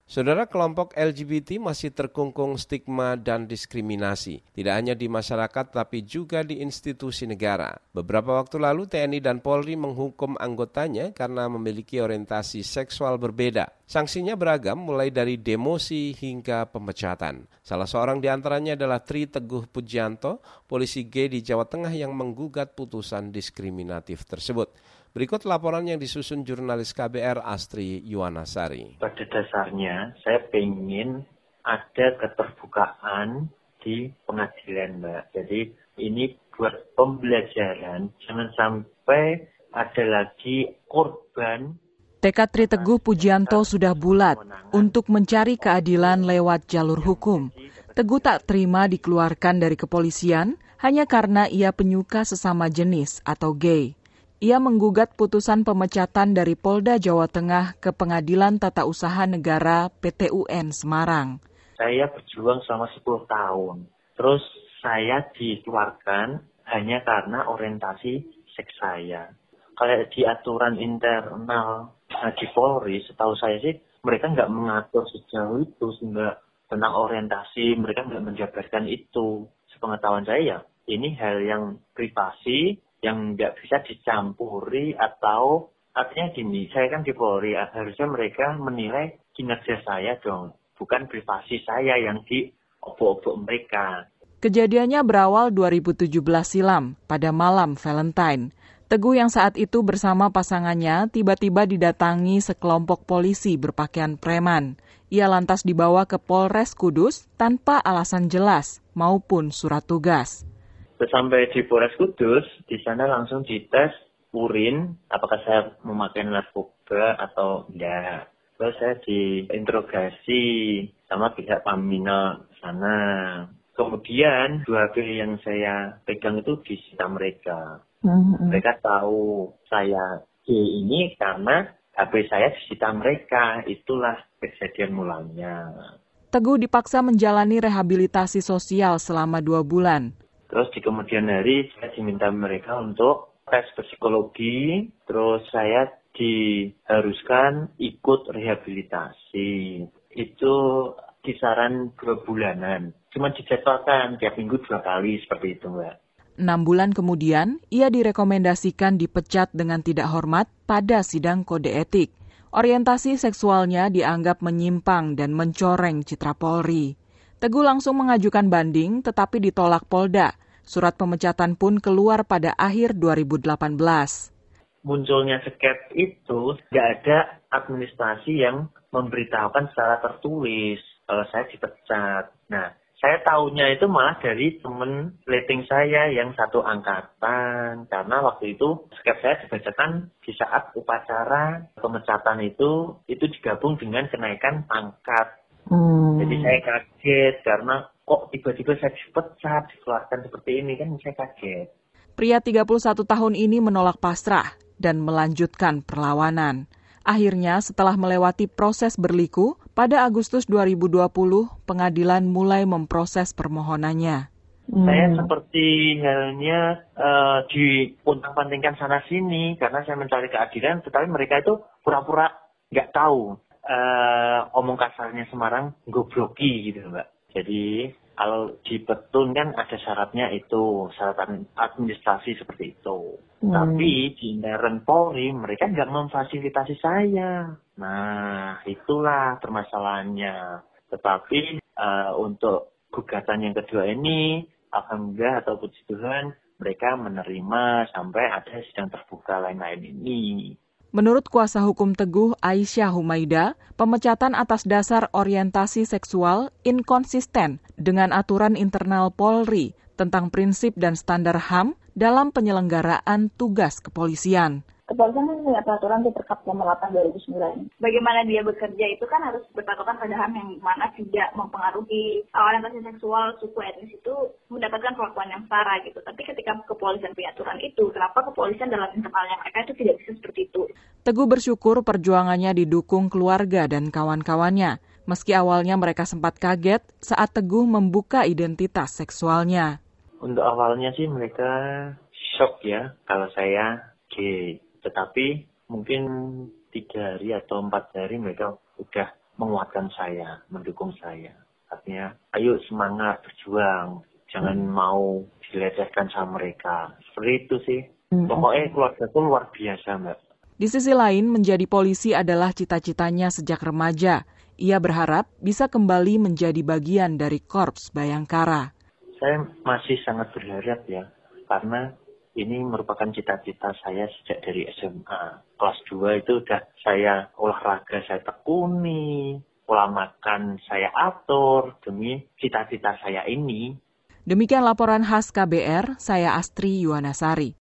Saudara, kelompok LGBT masih terkungkung stigma dan diskriminasi. Tidak hanya di masyarakat tapi juga di institusi negara. Beberapa waktu lalu TNI dan Polri menghukum anggotanya karena memiliki orientasi seksual berbeda. Sanksinya beragam mulai dari demosi hingga pemecatan. Salah seorang di antaranya adalah Tri Teguh Pujianto, polisi G di Jawa Tengah yang menggugat putusan diskriminatif tersebut. Berikut laporan yang disusun jurnalis KBR Astri Yuwanasari. Pada dasarnya saya ingin ada keterbukaan di pengadilan, Mbak. Jadi ini buat pembelajaran, jangan sampai ada lagi korban. Tekad Tri Teguh Pujianto sudah bulat untuk mencari keadilan lewat jalur hukum. Teguh tak terima dikeluarkan dari kepolisian hanya karena ia penyuka sesama jenis atau gay. Ia menggugat putusan pemecatan dari Polda Jawa Tengah ke Pengadilan Tata Usaha Negara PT-UN Semarang. Saya berjuang selama 10 tahun. Terus saya dikeluarkan hanya karena orientasi seks saya. Kalau di aturan internal di Polri, setahu saya sih mereka nggak mengatur sejauh itu sehingga tentang orientasi mereka nggak menjabarkan itu. Sepengetahuan saya ya, ini hal yang privasi yang nggak bisa dicampuri atau artinya gini, saya kan di Polri, harusnya mereka menilai kinerja saya dong, bukan privasi saya yang diobok-obok mereka. Kejadiannya berawal 2017 silam, pada malam Valentine. Teguh yang saat itu bersama pasangannya tiba-tiba didatangi sekelompok polisi berpakaian preman. Ia lantas dibawa ke Polres Kudus tanpa alasan jelas maupun surat tugas. Sampai di Polres Kudus, di sana langsung dites urin, apakah saya memakai narkoba atau enggak. Terus saya diinterogasi sama pihak Pamina sana. Kemudian 2 HP yang saya pegang itu disita mereka. Mereka tahu saya gay ini karena HP saya disita mereka. Itulah kejadian mulanya. Teguh dipaksa menjalani rehabilitasi sosial selama 2 bulan. Terus di kemudian hari saya diminta mereka untuk tes psikologi, terus saya diharuskan ikut rehabilitasi. Itu kisaran 2 bulanan. Cuma dijadwalkan tiap minggu 2 kali seperti itu, Mbak. 6 bulan kemudian, ia direkomendasikan dipecat dengan tidak hormat pada sidang kode etik. Orientasi seksualnya dianggap menyimpang dan mencoreng citra Polri. Teguh langsung mengajukan banding tetapi ditolak Polda. Surat pemecatan pun keluar pada akhir 2018. Munculnya skep itu tidak ada administrasi yang memberitahukan secara tertulis kalau saya dipecat. Nah, saya tahunya itu malah dari teman rating saya yang satu angkatan. Karena waktu itu skep saya dibacakan di saat upacara pemecatan itu digabung dengan kenaikan pangkat. Jadi saya kaget karena kok tiba-tiba saya dipecat, dikeluarkan seperti ini, kan saya kaget. Pria 31 tahun ini menolak pasrah dan melanjutkan perlawanan. Akhirnya setelah melewati proses berliku, pada Agustus 2020 pengadilan mulai memproses permohonannya. Saya seperti halnya diuntang-pantingkan sana-sini karena saya mencari keadilan, tetapi mereka itu pura-pura nggak tahu. Omong kasarnya Semarang, gobloki gitu, Mbak. Jadi kalau di Petun kan ada syaratnya itu, syarat administrasi seperti itu. Tapi di intern Polri mereka nggak memfasilitasi saya. Nah, itulah permasalahannya. Tetapi untuk gugatan yang kedua ini, alhamdulillah atau puji Tuhan, mereka menerima sampai ada sidang terbuka lain-lain ini. Menurut kuasa hukum Teguh, Aisyah Humaida, pemecatan atas dasar orientasi seksual inkonsisten dengan aturan internal Polri tentang prinsip dan standar HAM dalam penyelenggaraan tugas kepolisian. Kepolisian kan punya peraturan di Perkap nomor 8 2009. Bagaimana dia bekerja itu kan harus berpatokan pada HAM yang mana tidak mempengaruhi orientasi seksual, suku, etnis itu mendapatkan perlakuan yang setara gitu. Tapi ketika kepolisian punya aturan itu, kenapa kepolisian dalam internalnya mereka itu tidak bisa seperti itu? Teguh bersyukur perjuangannya didukung keluarga dan kawan-kawannya. Meski awalnya mereka sempat kaget saat Teguh membuka identitas seksualnya. Untuk awalnya sih mereka shock ya kalau saya gay. Tetapi mungkin 3 hari atau 4 hari mereka udah menguatkan saya, mendukung saya. Artinya, ayo semangat berjuang, jangan mau dilecehkan sama mereka. Seperti itu sih. Pokoknya keluarga itu luar biasa, Mbak. Di sisi lain, menjadi polisi adalah cita-citanya sejak remaja. Ia berharap bisa kembali menjadi bagian dari Korps Bayangkara. Saya masih sangat berharap ya, karena ini merupakan cita-cita saya sejak dari SMA. Kelas 2 itu udah saya olahraga, saya tekuni, pola makan saya atur demi cita-cita saya ini. Demikian laporan khas KBR, saya Astri Yuwanasari.